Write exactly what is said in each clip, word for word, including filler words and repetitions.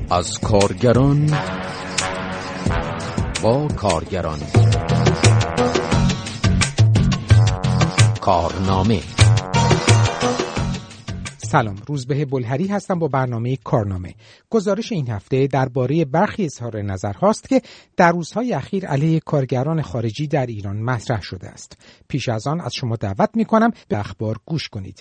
از کارگران با کارگران. کارنامه. سلام، روزبه بلهری هستم با برنامه کارنامه. گزارش این هفته درباره برخی اظهار نظر هاست که در روزهای اخیر علیه کارگران خارجی در ایران مطرح شده است. پیش از آن از شما دعوت می‌کنم به اخبار گوش کنید.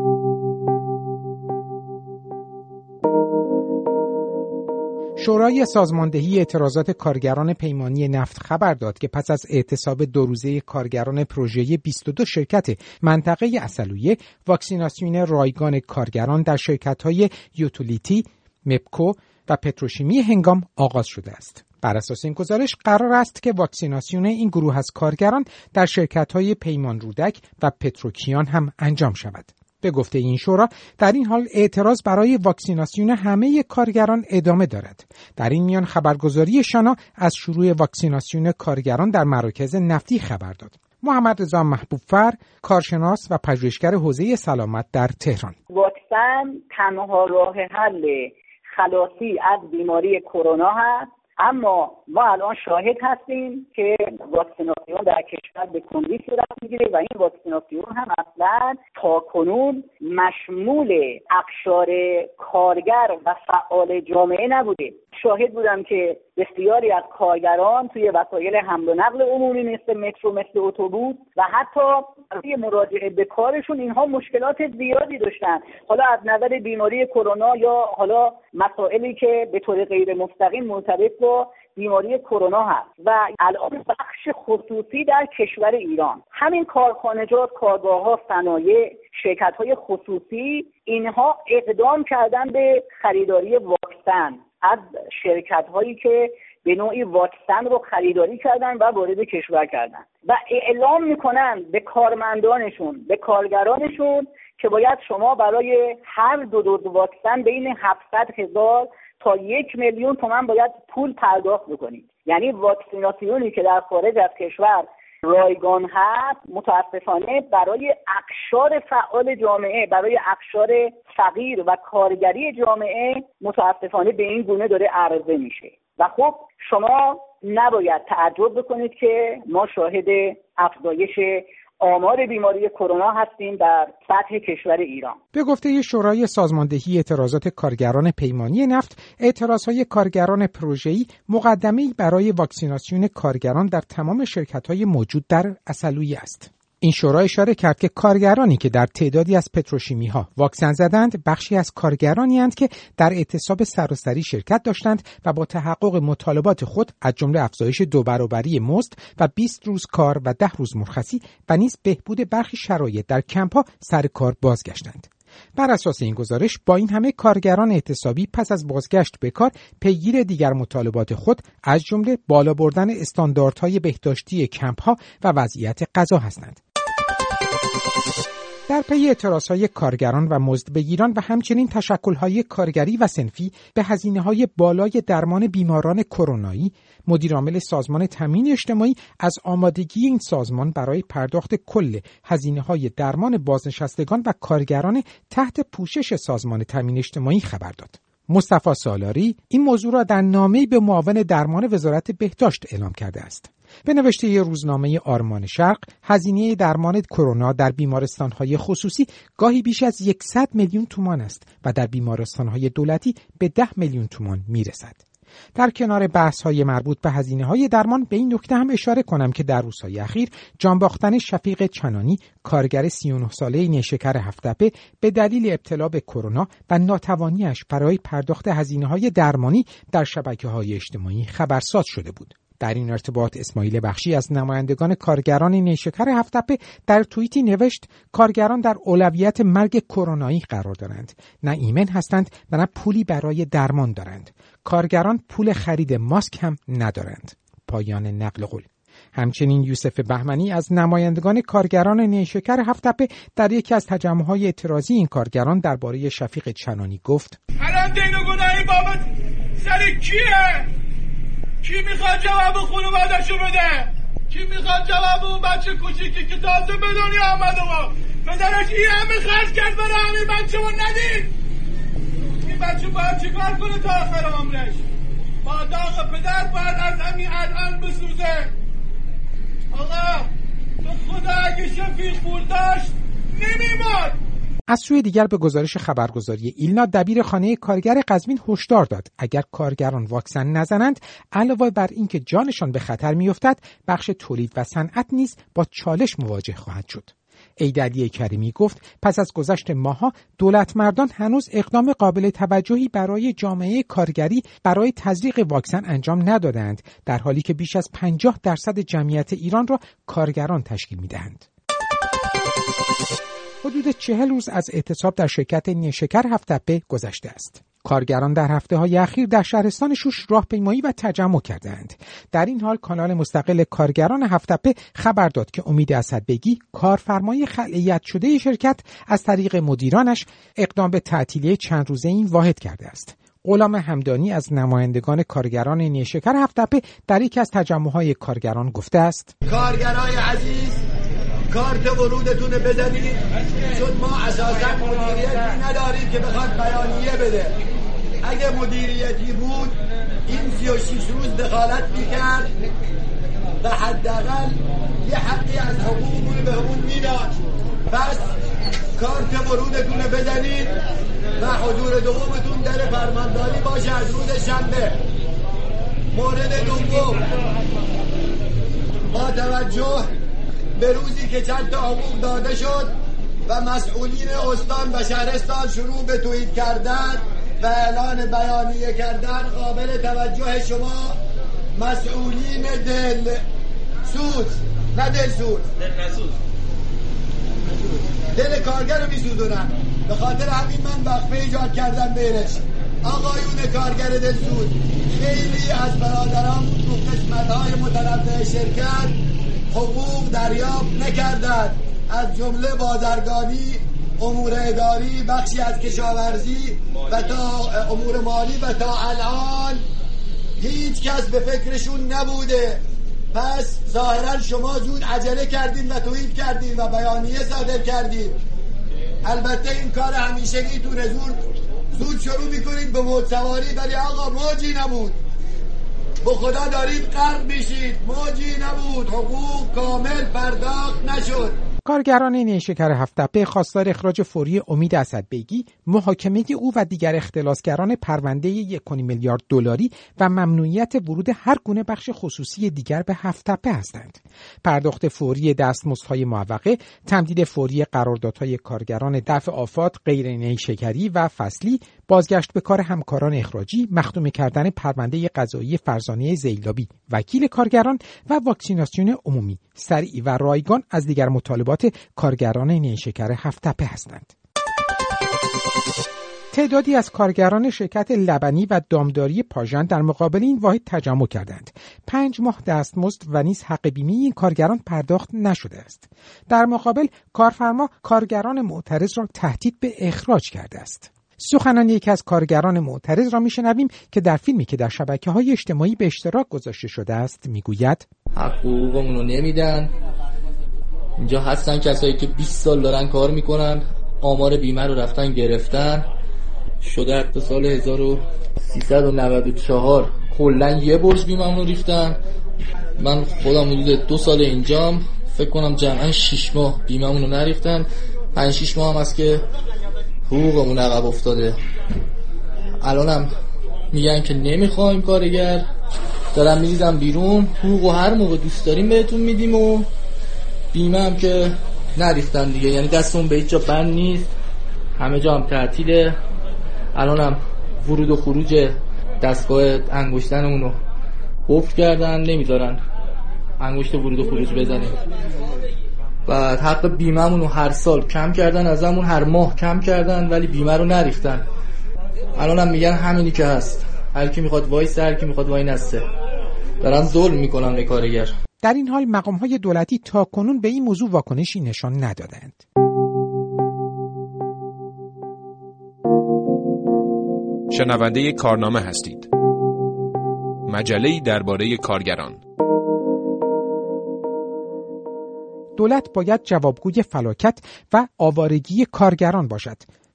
شورای سازماندهی اعتراضات کارگران پیمانی نفت خبر داد که پس از اعتصاب دو روزه کارگران پروژه بیست و دو شرکت منطقه عسلویه، واکسیناسیون رایگان کارگران در شرکت‌های یوتیلیتی، مپکو و پتروشیمی هنگام آغاز شده است. بر اساس این گزارش قرار است که واکسیناسیون این گروه از کارگران در شرکت‌های پیمان رودک و پتروکیان هم انجام شود. به گفته این شورا، در این حال اعتراض برای واکسیناسیون همه کارگران ادامه دارد. در این میان خبرگزاری شانا از شروع واکسیناسیون کارگران در مراکز نفتی خبر داد. محمد رضا محبوب‌فر، کارشناس و پژوهشگر حوزه سلامت در تهران: واکسن تنها راه حل خلاصی از بیماری کرونا هست، اما ما الان شاهد هستیم که واکسیناسیون در کشور به کندی صورت میگیره و این واکسیناسیون هم اصلا تاکنون مشمول اقشار کارگر و فعال جامعه نبوده. شاهد بودم که بسیاری از کارگران توی وسایل حمل و نقل عمومی مثل مترو، مثل اتوبوس و حتی برای مراجعه به کارشون اینها مشکلات زیادی داشتن، حالا از نظر بیماری کرونا یا حالا مسائلی که به طور غیر مستقیم مرتبط با بیماری کرونا هست. و الان بخش خصوصی در کشور ایران، همین کارخانجات، کارگاه‌ها، صنایع، شرکت‌های خصوصی، اینها اقدام کردن به خریداری واکسن از شرکت‌هایی که به نوعی واکسن رو خریداری کردن و وارد کشور کردن و اعلام میکنن به کارمندانشون، به کارگرانشون که باید شما برای هر دو دوز واکسن بین هفتصد هزار تا یک میلیون تومان باید پول پرداخت بکنید. یعنی واکسیناسیونی که در خارج از کشور رایگان هست، متاسفانه برای اقشار فعال جامعه، برای اقشار فقیر و کارگری جامعه متاسفانه به این گونه داره عرضه میشه. و خب شما نباید تعجب بکنید که ما شاهد افزایش آمار بیماری کرونا هستیم در سطح کشور ایران. به گفته شورای سازماندهی اعتراضات کارگران پیمانی نفت، اعتراضهای کارگران پروژه‌ای مقدمه‌ای برای واکسیناسیون کارگران در تمام شرکت‌های موجود در عسلویه است. این شورا اشاره کرد که کارگرانی که در تعدادی از پتروشیمی‌ها واکسن زدند، بخشی از کارگرانی اند که در اعتصاب سراسری شرکت داشتند و با تحقق مطالبات خود از جمله افزایش دو برابری مزد و بیست روز کار و ده روز مرخصی و نیز بهبود برخی شرایط در کمپ‌ها سر کار بازگشتند. بر اساس این گزارش، با این همه کارگران اعتصابی پس از بازگشت به کار پیگیر دیگر مطالبات خود از جمله بالا بردن استانداردهای بهداشتی کمپ‌ها و وضعیت غذا هستند. در پی اعتراضهای کارگران و مزدبگیران و همچنین تشکل‌های کارگری و صنفی به هزینه‌های بالای درمان بیماران کرونایی، مدیرعامل سازمان تامین اجتماعی از آمادگی این سازمان برای پرداخت کل هزینه‌های درمان بازنشستگان و کارگران تحت پوشش سازمان تامین اجتماعی خبر داد. مصطفی سالاری این موضوع را در نامه‌ای به معاون درمان وزارت بهداشت اعلام کرده است. به نوشته روزنامه آرمان شرق، هزینه درمان کرونا در بیمارستان‌های خصوصی گاهی بیش از صد میلیون تومان است و در بیمارستان‌های دولتی به ده میلیون تومان میرسد. در کنار بحث‌های مربوط به هزینه‌های درمان، به این نکته هم اشاره کنم که در روزهای اخیر جان باختن شفیق چنانی، کارگر سی و نه ساله نیشکر هفت‌تپه، به دلیل ابتلا به کرونا و ناتوانی‌اش برای پرداخت هزینه‌های درمانی در شبکه‌های اجتماعی خبرساز شده بود. در این ارتباط اسماعیل بخشی از نمایندگان کارگران نیشکر هفت‌تپه در توییتی نوشت: کارگران در اولویت مرگ کرونایی قرار دارند، نه ایمن هستند و نه پولی برای درمان دارند. کارگران پول خرید ماسک هم ندارند. پایان نقل قول. همچنین یوسف بهمنی از نمایندگان کارگران نیشکر هفت‌تپه در یکی از تجمع‌های اعتراضی این کارگران درباره شفیق چنانی گفت: الان دین و گناهی بابت سر کیه؟ کی میخواد جواب خانواده‌شو بده؟ کی میخواد جواب اون بچه کوچیکی که تازه به دنیا آمده و پدرش این همه خرج کرد برای همین بچه و ندید؟ این بچه باید چیکار کنه تا آخر عمرش؟ با داغ پدر باید از همین الان بسوزه. آقا تو خدا اگه شفیق پور داشت نمیماد. از سوی دیگر به گزارش خبرگزاری ایلنا دبیر خانه کارگر قزوین هشدار داد اگر کارگران واکسن نزنند علاوه بر اینکه جانشان به خطر میافتد بخش تولید و صنعت نیز با چالش مواجه خواهد شد. ایدعلی کریمی گفت پس از گذشت ماه‌ها دولتمردان هنوز اقدام قابل توجهی برای جامعه کارگری برای تزریق واکسن انجام ندادند، در حالی که بیش از پنجاه درصد جمعیت ایران را کارگران تشکیل می‌دهند. حدود چهل روز از اعتصاب در شرکت نیشکر هفت‌تپه گذشته است. کارگران در هفته‌های اخیر در شهرستان شوش راهپیمایی و تجمع کردند. در این حال کانال مستقل کارگران هفت‌تپه خبر داد که امید اسدبگی کارفرمای خلعیت شده شرکت از طریق مدیرانش اقدام به تعطیلی چند روزه این واحد کرده است. غلام همدانی از نمایندگان کارگران نیشکر هفت‌تپه در یکی از تجمع‌های کارگران گفته است: کارگرای عزیز، کارت ورودتون بزنید، چون ما اساساً مدیریتی نداریم که بخواد بیانیه بده. اگه مدیریتی بود این سی و شش روز دخالت میکرد و حداقل یه حقی از حقوقمون بهمون میداد. پس کارت ورودتون بزنید و حضور دومتون در فرمانداری باشه از روز شنبه. مورد دوم، با توجه به روزی که چند تا حقوق داده شد و مسئولین استان و شهرستان شروع به توییت کردن و اعلان بیانیه کردن، قابل توجه شما مسئولین دل سوز نه دل سوز دل نسوز دل کارگر رو میسوزونن. به خاطر همین من وقفه ایجاد کردم بهش. آقایون کارگر دل سوز، خیلی از برادران تو قسمت‌های متنوع شرکت حقوق دریافت نکردند، از جمله بازرگانی، امور اداری، بخشی از کشاورزی و تا امور مالی و تا الان هیچ کس به فکرشون نبوده. پس ظاهرا شما زود عجله کردین و توییت کردین و بیانیه صادر کردین. البته این کار همیشگیتونه، زود زود شروع میکنید به موج سواری، ولی آقا موجی نبود. با خدا دارید غرق میشید، موجی نبود، حقوق کامل پرداخت نشد. کارگران نیشکر هفت‌تپه خواستار اخراج فوری امید اسدبگی، محاکمه او و دیگر اختلاسگران پرونده یک و نیم میلیارد دلاری و ممنوعیت ورود هر گونه بخش خصوصی دیگر به هفت‌تپه هستند. پرداخت فوری دستمزدهای معوقه، تمدید فوری قراردادهای کارگران دفع آفات غیر نیشکری و فصلی، بازگشت به کار همکاران اخراجی، مختوم کردن پرونده قضایی فرزانه زیلابی وکیل کارگران و واکسیناسیون عمومی سریع و رایگان از دیگر مطالبات کارگران نیشکر هفت‌تپه هستند. تعدادی از کارگران شرکت لبنی و دامداری پاژن در مقابل این واحد تجمع کردند. پنج ماه دستمزد و نیز حق بیمه این کارگران پرداخت نشده است. در مقابل کارفرما کارگران معترض را تهدید به اخراج کرده است. سخنان یکی از کارگران معترض را میشنویم که در فیلمی که در شبکه‌های اجتماعی به اشتراک گذاشته شده است میگوید: حقوقمون رو نمیدن. اینجا هستن کسایی که بیست سال دارن کار میکنن، آمار بیمه رو رفتن گرفتن، شده تا سال هزار و سیصد و نود و چهار کلا یه برج بیمه رو ریختن. من خودم حدود دو سال اینجام، فکر کنم جمعا شش ماه بیمه رو نریختن. پنج شش ماه هم است که حقوقمون عقب افتاده. الانم میگن که نمیخوایم کارگر، دارم میریزم بیرون، حقوقو هر موقع دوست داریم بهتون میدیم و بیمه هم که نریختن دیگه، یعنی دستمون به هیچ جا بند نیست، همه جا هم تعطیله. الانم ورود و خروج دستگاه انگشتنمون رو قفل کردن، نمیذارن انگشت ورود و خروج بزنیم. بعد حق بیمه‌مون رو هر سال کم کردن، ازمون هر ماه کم کردن، ولی بیمه رو نریختن. الانم میگن همینی که هست، هر کی میخواد وایس، هر کی میخواد وای نسته، دارن ظلم میکنن به کارگر. در این حال مقام‌های دولتی تاکنون به این موضوع واکنشی نشان ندادند. شنونده کارنامه هستید. مجله‌ای درباره کارگران. دولت باید جوابگوی فلاکت و آوارگی کارگران باشد.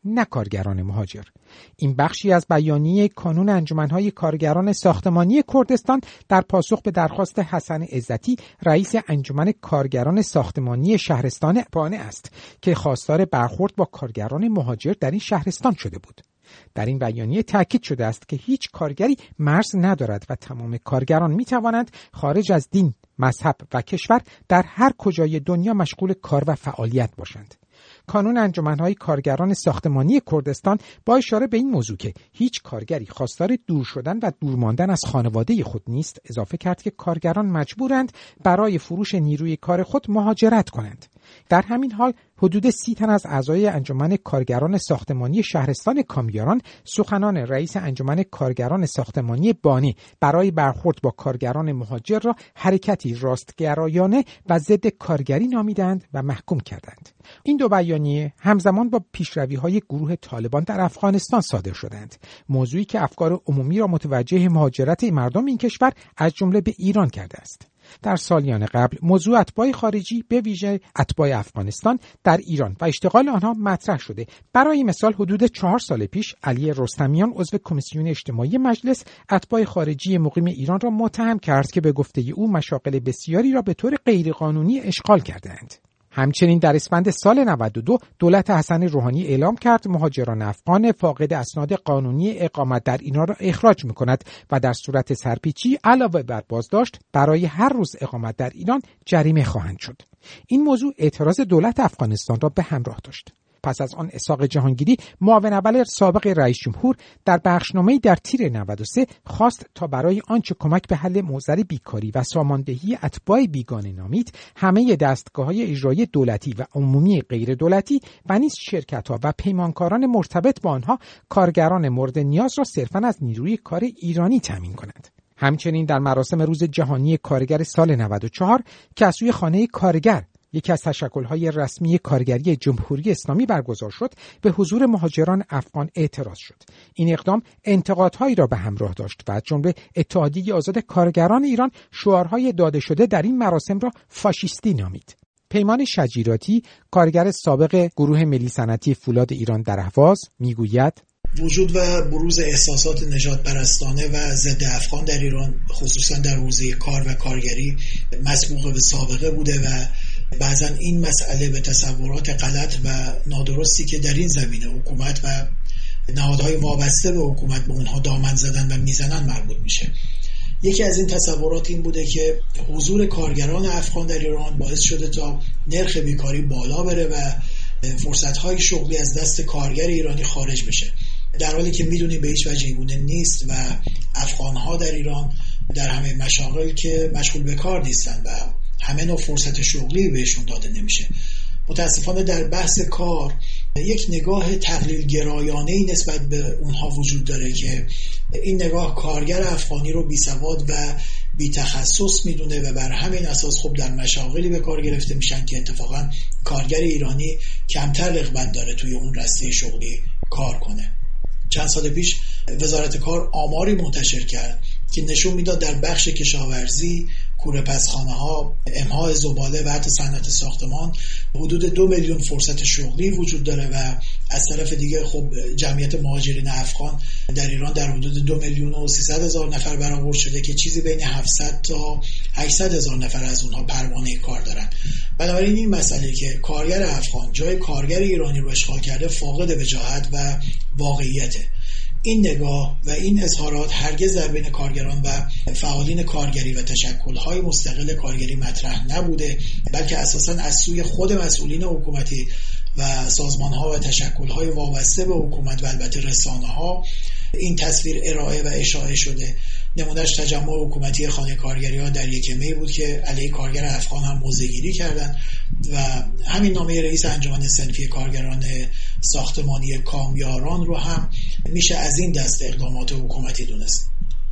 نه کارگران مهاجر. این بخشی از بیانیه کانون انجمن‌های کارگران ساختمانی کردستان در پاسخ به درخواست حسن عزتی رئیس انجمن کارگران ساختمانی شهرستان بانه است که خواستار برخورد با کارگران مهاجر در این شهرستان شده بود. در این بیانیه تاکید شده است که هیچ کارگری مرز ندارد و تمام کارگران می توانند خارج از دین، مذهب و کشور در هر کجای دنیا مشغول کار و فعالیت باشند. کانون انجمن‌های کارگران ساختمانی کردستان با اشاره به این موضوع که هیچ کارگری خواستار دور شدن و دور ماندن از خانواده خود نیست، اضافه کرد که کارگران مجبورند برای فروش نیروی کار خود مهاجرت کنند. در همین حال حدود سی تن از اعضای انجمن کارگران ساختمانی شهرستان کامیاران سخنان رئیس انجمن کارگران ساختمانی بانی برای برخورد با کارگران مهاجر را حرکتی راستگرایانه و ضد کارگری نامیدند و محکوم کردند. این دو بیانیه همزمان با پیشروی‌های گروه طالبان در افغانستان صادر شدند، موضوعی که افکار عمومی را متوجه مهاجرت مردم این کشور از جمله به ایران کرده است. در سالیان قبل موضوع اتباع خارجی به ویژه اتباع افغانستان در ایران و اشتغال آنها مطرح شده. برای مثال حدود چهار سال پیش علی رستمیان عضو کمیسیون اجتماعی مجلس اتباع خارجی مقیم ایران را متهم کرد که به گفته او مشاغل بسیاری را به طور غیرقانونی اشغال کردند. همچنین در اسفند سال نود و دو دولت حسن روحانی اعلام کرد مهاجران افغان فاقد اسناد قانونی اقامت در ایران را اخراج می‌کند و در صورت سرپیچی علاوه بر بازداشت برای هر روز اقامت در ایران جریمه خواهند شد. این موضوع اعتراض دولت افغانستان را به همراه داشت. پس از آن اسحاق جهانگیری معاون اول سابق رئیس جمهور در بخشنامه‌ای در تیر نود و سه خواست تا برای آنچه کمک به حل معضل بیکاری و ساماندهی اتباع بیگانه نامید همه دستگاه‌های اجرایی دولتی و عمومی غیر دولتی و نیز شرکت‌ها و پیمانکاران مرتبط با آنها کارگران مورد نیاز را صرفاً از نیروی کار ایرانی تامین کنند. همچنین در مراسم روز جهانی کارگر سال نود و چهار که از سوی خانه کارگر یکی از تشکل‌های رسمی کارگری جمهوری اسلامی برگزار شد، به حضور مهاجران افغان اعتراض شد. این اقدام انتقادهایی را به همراه داشت و از جمله اتحادیه آزاد کارگران ایران شعارهای داده شده در این مراسم را فاشیستی نامید. پیمان شجیراتی، کارگر سابق گروه ملی صنعتی فولاد ایران در اهواز، میگوید وجود و بروز احساسات نژاد پرستانه و ضد افغان در ایران خصوصا در حوزه کار و کارگری مسبوق به سابقه بوده و بعضا این مسئله به تصورات غلط و نادرستی که در این زمینه حکومت و نهادهای وابسته به حکومت به اونها دامن زدن و میزنن مربوط میشه. یکی از این تصورات این بوده که حضور کارگران افغان در ایران باعث شده تا نرخ بیکاری بالا بره و فرصت‌های شغلی از دست کارگر ایرانی خارج بشه، در حالی که میدونیم به هیچ وجه اینگونه نیست و افغان‌ها در ایران در همه مشاغل که مشغول به کار نیستن و همه نوع فرصت شغلی بهشون داده نمیشه. متاسفانه در بحث کار یک نگاه تقلیل گرایانه‌ای نسبت به اونها وجود داره که این نگاه کارگر افغانی رو بی سواد و بی تخصص میدونه و بر همین اساس خب در مشاغلی به کار گرفته میشن که اتفاقا کارگر ایرانی کمتر رغبت داره توی اون رشته شغلی کار کنه. چند سال پیش وزارت کار آماری منتشر کرد که نشون میداد در بخش کشاورزی، کوره پسخانه ها، امها زباله و حتی صنعت ساختمان حدود دو میلیون فرصت شغلی وجود داره و از طرف دیگه خب جمعیت مهاجرین افغان در ایران در حدود دو میلیون و سیصد هزار نفر برآورد شده که چیزی بین هفتصد تا هشتصد هزار نفر از اونها پروانه کار دارن. بنابراین این مسئله که کارگر افغان جای کارگر ایرانی رو اشغال کرده فاقد وجاهت و واقعیته. این نگاه و این اظهارات هرگز در بین کارگران و فعالین کارگری و تشکل‌های مستقل کارگری مطرح نبوده، بلکه اساساً از سوی خود مسئولین حکومتی و سازمان‌ها و تشکل‌های وابسته به حکومت و البته رسانه‌ها این تصویر ارائه و اشاعه شده. نمونهش تجمع حکومتی خانه کارگری ها در یک می بود که علیه کارگر افغان هم موضع‌گیری کردن و همین نامه رئیس انجمن صنفی کارگران ساختمانی کامیاران رو هم میشه از این دست اقدامات حکومتی دونست.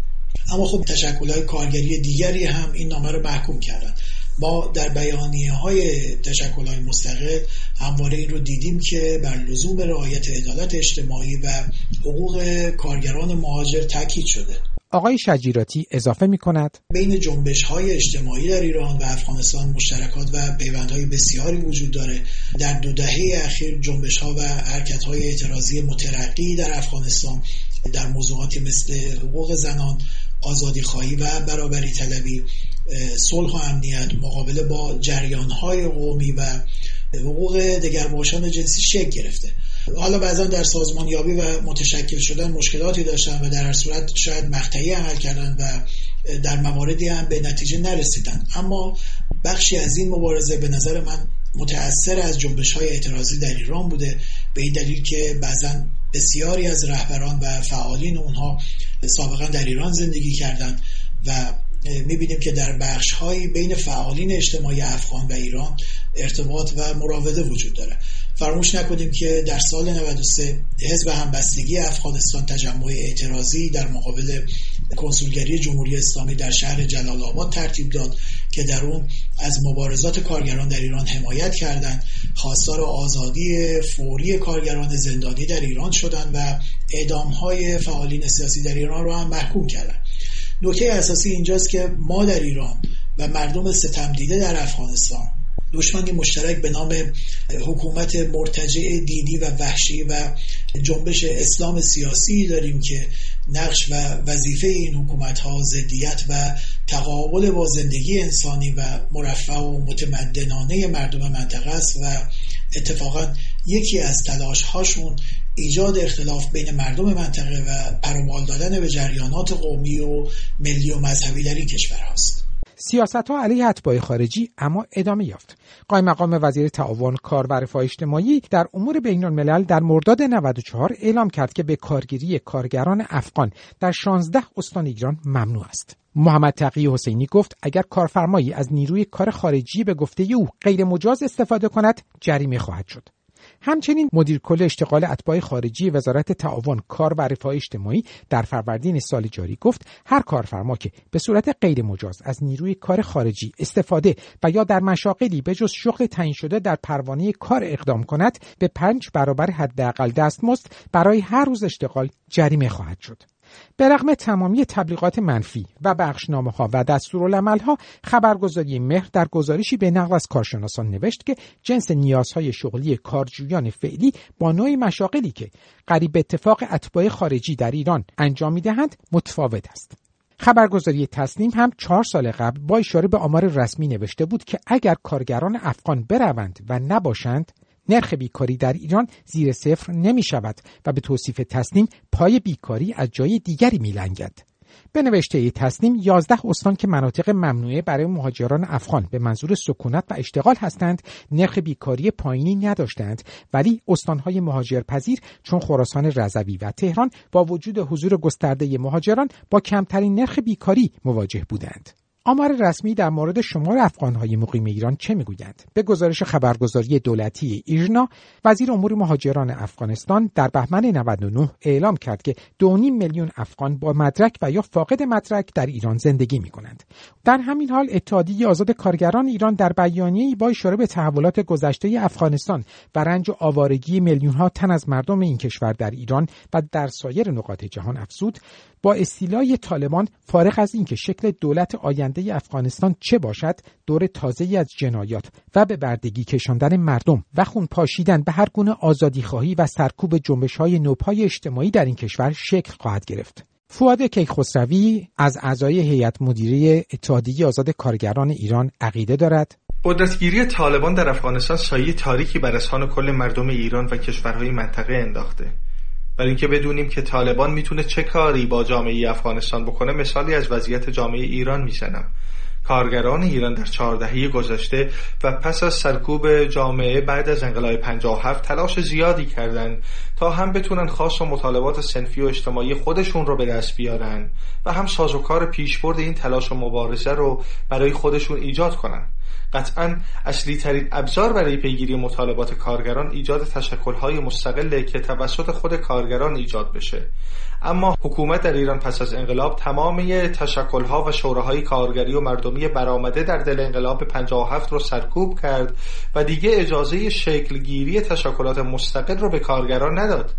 اما خب تشکل‌های کارگری دیگری هم این نامه رو محکوم کردن. ما در بیانیه‌های تشکل‌های مستقل همواره این رو دیدیم که بر لزوم رعایت عدالت اجتماعی و حقوق کارگران مهاجر تاکید شده. آقای شجیراتی اضافه می‌کند: بین جنبش‌های اجتماعی در ایران و افغانستان مشترکات و پیوندهای بسیاری وجود داره. در دو دهه اخیر جنبش‌ها و حرکت‌های اعتراضی مترقی در افغانستان در موضوعاتی مثل حقوق زنان، آزادی‌خواهی و برابری طلبی، صلح و امنیت، مقابله با جریان‌های قومی و حقوق دگرباشان جنسی شکل گرفته. حالا بعضا در سازمانیابی و متشکل شدن مشکلاتی داشتن و در هر صورت شاید مقطعی عمل کردن و در مواردی هم به نتیجه نرسیدن، اما بخشی از این مبارزه به نظر من متأثر از جنبش‌های اعتراضی در ایران بوده، به این دلیل که بعضا بسیاری از رهبران و فعالین اونها سابقا در ایران زندگی کردند و می‌بینیم که در بخش‌های بین فعالین اجتماعی افغان و ایران ارتباط و مراوده وجود داره. فراموش نکنیم که در سال نود و سه حزب همبستگی افغانستان تجمع اعتراضی در مقابل کنسولگری جمهوری اسلامی در شهر جلال آباد ترتیب داد که در اون از مبارزات کارگران در ایران حمایت کردند، خواستار آزادی فوری کارگران زندانی در ایران شدند و اعدام‌های فعالین سیاسی در ایران را هم محکوم کردند. نکته اساسی اینجاست که ما در ایران و مردم ستم دیده در افغانستان دشمنی مشترک به نام حکومت مرتجع دینی و وحشی و جنبش اسلام سیاسی داریم که نقش و وظیفه این حکومت‌ها ضدیت و تقابل با زندگی انسانی و مرفه و متمدنانه مردم منطقه است و اتفاقا یکی از تلاش‌هاشون ایجاد اختلاف بین مردم منطقه و پروبال دادن به جریانات قومی و ملی و مذهبی در این کشور هاست. سیاست‌ها علیه اتباع خارجی اما ادامه یافت. قائم مقام وزیر تعاون کار و رفاه اجتماعی در امور بین‌الملل در مرداد نود و چهار اعلام کرد که به کارگیری کارگران افغان در شانزده استان ایران ممنوع است. محمد تقی حسینی گفت اگر کارفرمایی از نیروی کار خارجی به گفته او غیر مجاز استفاده کند جریمه خواهد شد. همچنین مدیر کل اشتغال اتباع خارجی وزارت تعاون کار و رفاه اجتماعی در فروردین سال جاری گفت هر کارفرما که به صورت غیر مجاز از نیروی کار خارجی استفاده و یا در مشاغلی به جز شغل تعیین شده در پروانه کار اقدام کند به پنج برابر حداقل دستمزد برای هر روز اشتغال جریمه خواهد شد. به رغم تمامی تبلیغات منفی و بخشنامه‌ها و دستورالعمل‌ها، خبرگزاری مهر در گزارشی به نقل از کارشناسان نوشت که جنس نیازهای شغلی کارجویان فعلی با نوع مشاغلی که قریب به اتفاق اتباع خارجی در ایران انجام می‌دهند متفاوت است. خبرگزاری تسنیم هم چهار سال قبل با اشاره به آمار رسمی نوشته بود که اگر کارگران افغان بروند و نباشند نرخ بیکاری در ایران زیر صفر نمی شود و به توصیف تسنیم پای بیکاری از جای دیگری می لنگد. به نوشته تسنیم یازده استان که مناطق ممنوعه برای مهاجران افغان به منظور سکونت و اشتغال هستند نرخ بیکاری پایینی نداشتند، ولی استانهای مهاجرپذیر چون خراسان رضوی و تهران با وجود حضور گسترده مهاجران با کمترین نرخ بیکاری مواجه بودند. آمار رسمی در مورد شمار افغان‌های مقیم ایران چه می‌گویند؟ به گزارش خبرگزاری دولتی ایرنا، وزیر امور مهاجران افغانستان در بهمن نود و نه اعلام کرد که دو و نیم میلیون افغان با مدرک و یا فاقد مدرک در ایران زندگی می‌کنند. در همین حال اتحادیه آزاد کارگران ایران در بیانیه‌ای با اشاره به تحولات گذشته افغانستان و رنج و آوارگی میلیون‌ها تن از مردم این کشور در ایران و در سایر نقاط جهان افزود، با استیلای طالبان فارغ از اینکه شکل دولت آینده افغانستان چه باشد، دور تازه‌ای از جنایات و به بردگی کشاندن مردم و خون پاشیدن به هر گونه آزادیخواهی و سرکوب جنبش‌های نوپای اجتماعی در این کشور شکل خواهد گرفت. فؤاد کیخسروی از اعضای هیئت مدیره اتحادیه آزاد کارگران ایران عقیده دارد قدرتگیری طالبان در افغانستان سایه تاریکی بر اذهان کل مردم ایران و کشورهای منطقه انداخته. ولی اینکه بدونیم که طالبان میتونه چه کاری با جامعه افغانستان بکنه مثالی از وضعیت جامعه ایران میزنم. کارگران ایران در چهار دهه گذشته و پس از سرکوب جامعه بعد از انقلاب پنجاه و هفت تلاش زیادی کردند تا هم بتونن خواست و مطالبات صنفی و اجتماعی خودشون رو به دست بیارن و هم سازوکار پیشبرد این تلاش و مبارزه رو برای خودشون ایجاد کنن. قطعاً اصلی ترین ابزار برای پیگیری مطالبات کارگران ایجاد تشکل‌های مستقله که توسط خود کارگران ایجاد بشه. اما حکومت در ایران پس از انقلاب تمامی تشکل‌ها و شوراهای کارگری و مردمی برآمده در دل انقلاب پنجاه و هفت رو سرکوب کرد و دیگه اجازه شکلگیری تشکلات مستقل رو به کارگران نداد.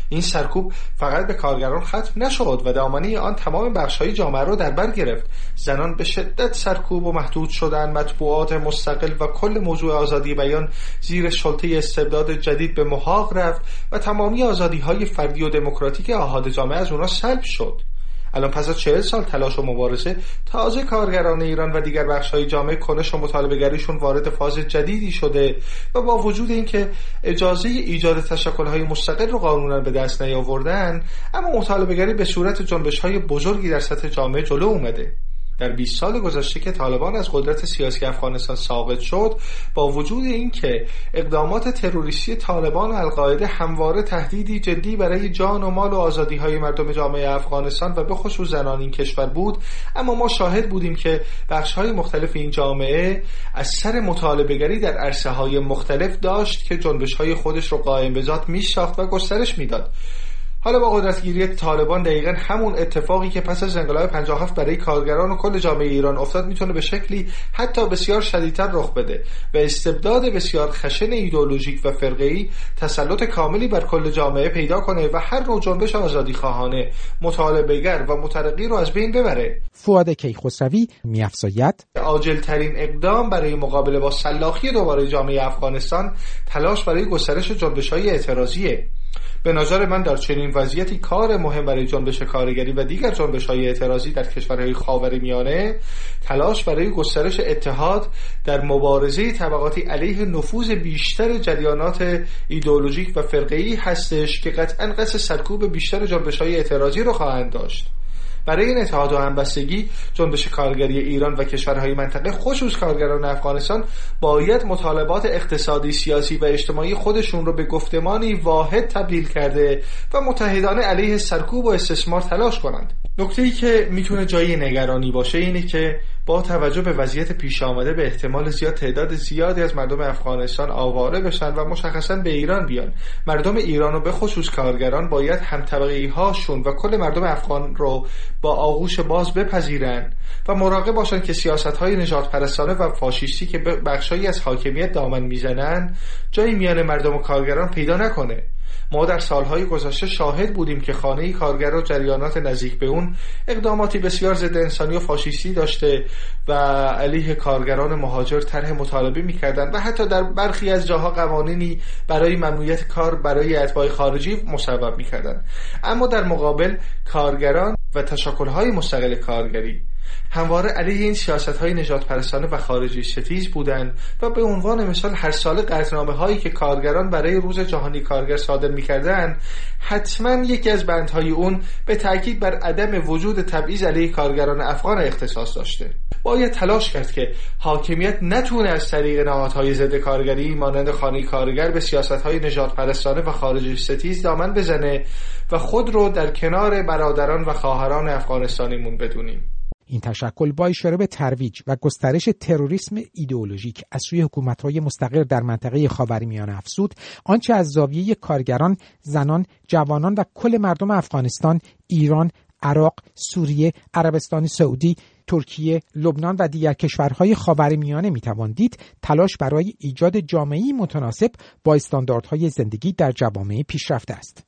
این سرکوب فقط به کارگران ختم نشد و دامنه آن تمام بخش‌های جامعه را در بر گرفت. زنان به شدت سرکوب و محدود شدند، مطبوعات مستقل و کل موضوع آزادی بیان زیر سلطه استبداد جدید به محاق رفت و تمامی آزادی‌های فردی و دموکراتیک آحاد جامعه از اونها سلب شد. الان پس از چهل سال تلاش و مبارزه تازه کارگران ایران و دیگر بخش‌های جامعه کنش و مطالبه‌گریشون وارد فاز جدیدی شده و با وجود اینکه اجازه ایجاد تشکل‌های مستقل رو قانونا به دست نیاوردن، اما مطالبه‌گری به صورت جنبش‌های بزرگی در سطح جامعه جلو اومده. در بیست سال گذشته که طالبان از قدرت سیاسی افغانستان ساقط شد، با وجود اینکه اقدامات تروریستی طالبان و القاعده همواره تهدیدی جدی برای جان و مال و آزادی‌های مردم جامعه افغانستان و به خصوص زنان این کشور بود، اما ما شاهد بودیم که بخش‌های مختلف این جامعه از سر مطالبه‌گری در عرصه‌های مختلف داشت که جنبش‌های خودش رو قائم به ذات می‌ساخت و گسترش می‌داد. حالا با قدرتگیری طالبان دقیقاً همون اتفاقی که پس از انقلاب پنجاه و هفت برای کارگران و کل جامعه ایران افتاد میتونه به شکلی حتی بسیار شدیدتر رخ بده و استبداد بسیار خشن ایدئولوژیک و فرقه‌ای تسلط کاملی بر کل جامعه پیدا کنه و هر نوع جنبش آزادی خواهانه، مطالبه‌گر و مترقی رو از بین ببره. فؤاد کیخسروی می‌افزاید عاجل‌ترین اقدام برای مقابله با سلاخی دوباره جامعه افغانستان تلاش برای گسترش جنبش‌های اعتراضیه. به نظر من در چنین وضعیتی کار مهم برای جنبش کارگری و دیگر جنبش‌های اعتراضی در کشورهای خاورمیانه تلاش برای گسترش اتحاد در مبارزه طبقاتی علیه نفوذ بیشتر جریانات ایدئولوژیک و فرقه‌ای هستش که قطعاً قصد سرکوب بیشتر جنبش‌های اعتراضی رو خواهند داشت. برای این اتحاد و همبستگی جنبش کارگری ایران و کشورهای منطقه خصوص کارگران افغانستان باید مطالبات اقتصادی، سیاسی و اجتماعی خودشون رو به گفتمانی واحد تبدیل کرده و متحدانه علیه سرکوب و استثمار تلاش کنند. نکته‌ای که میتونه جای نگرانی باشه اینه که با توجه به وضعیت پیش آمده به احتمال زیاد تعداد زیادی از مردم افغانستان آواره بشن و مشخصاً به ایران بیان. مردم ایران و به خصوص کارگران باید همطبقه‌ای هاشون و کل مردم افغان رو با آغوش باز بپذیرن و مراقب باشن که سیاست‌های نژاد پرستانه و فاشیستی که بخشایی از حاکمیت دامن میزنن جایی میان مردم و کارگران پیدا نکنه. ما در سالهای گذشته شاهد بودیم که خانه کارگر و جریانات نزدیک به اون اقداماتی بسیار ضد انسانی و فاشیستی داشته و علیه کارگران مهاجر طرح مطالبه می‌کردند و حتی در برخی از جاها قوانینی برای ممنوعیت کار برای اتباع خارجی مصوب می‌کردند. اما در مقابل کارگران و تشکل‌های مستقل کارگری همواره علیه این سیاست‌های نژاد پرستانه و خارجی ستیز بودند و به عنوان مثال هر سال قطعنامه‌هایی که کارگران برای روز جهانی کارگر صادر می‌کردند حتما یکی از بندهای اون به تاکید بر عدم وجود تبعیض علیه کارگران افغان اختصاص داشته. باید تلاش کرد که حاکمیت نتونه از طریق نهادهای ضد کارگری مانند خانه کارگر به سیاست‌های نژاد پرستانه و خارجی ستیز دامن بزنه و خود رو در کنار برادران و خواهران افغانستانیمون بدونیم. این تشکل با اشاره به ترویج و گسترش تروریسم ایدئولوژیک از سوی حکومت‌های مستقر در منطقه خاورمیانه افزود، آنچه از زاویه کارگران، زنان، جوانان و کل مردم افغانستان، ایران، عراق، سوریه، عربستان سعودی، ترکیه، لبنان و دیگر کشورهای خاورمیانه میتوان دید تلاش برای ایجاد جامعه‌ای متناسب با استانداردهای زندگی در جوامع پیشرفته است.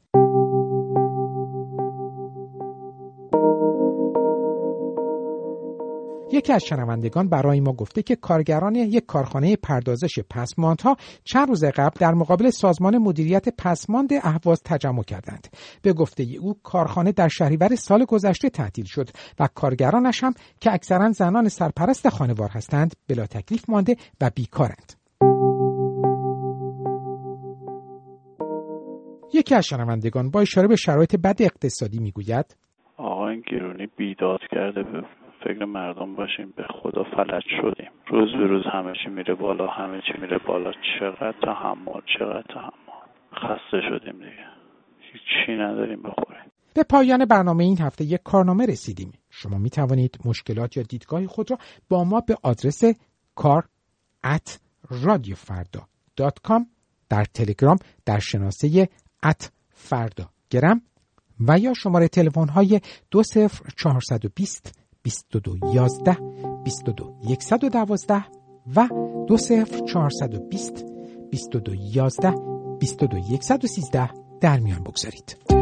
یکی از شنوندگان برای ما گفته که کارگران یک کارخانه پردازش پسماندها چند روز قبل در مقابل سازمان مدیریت پسماند اهواز تجمع کردند. به گفته او کارخانه در شهریور سال گذشته تعطیل شد و کارگرانش هم که اکثرا زنان سرپرست خانوار هستند بلا تکلیف مانده و بیکارند. یکی از شنوندگان با اشاره به شرایط بد اقتصادی میگوید آقا این گرونی بیداد کرده، به فکر مردم باشیم، به خدا فلج شدیم. روز به روز همه چی میره بالا، همه چی میره بالا. چقدر تحمل، چقدر تحمل. خسته شدیم دیگه. هیچی نداریم بخوریم. به پایان برنامه این هفته یک کارنامه رسیدیم. شما می توانید مشکلات یا دیدگاه خود را با ما به آدرس کار ات رادیو فردا دات کام در تلگرام در شناسه ات فردا گرم و یا شماره تلفن های دو صفر چهارصد و بیست بیست و دو یازده بیست و دو صد و دوازده و دو صفر چهارصد و بیست بیست و دو یازده بیست و دو صد و سیزده در میان بگذارید.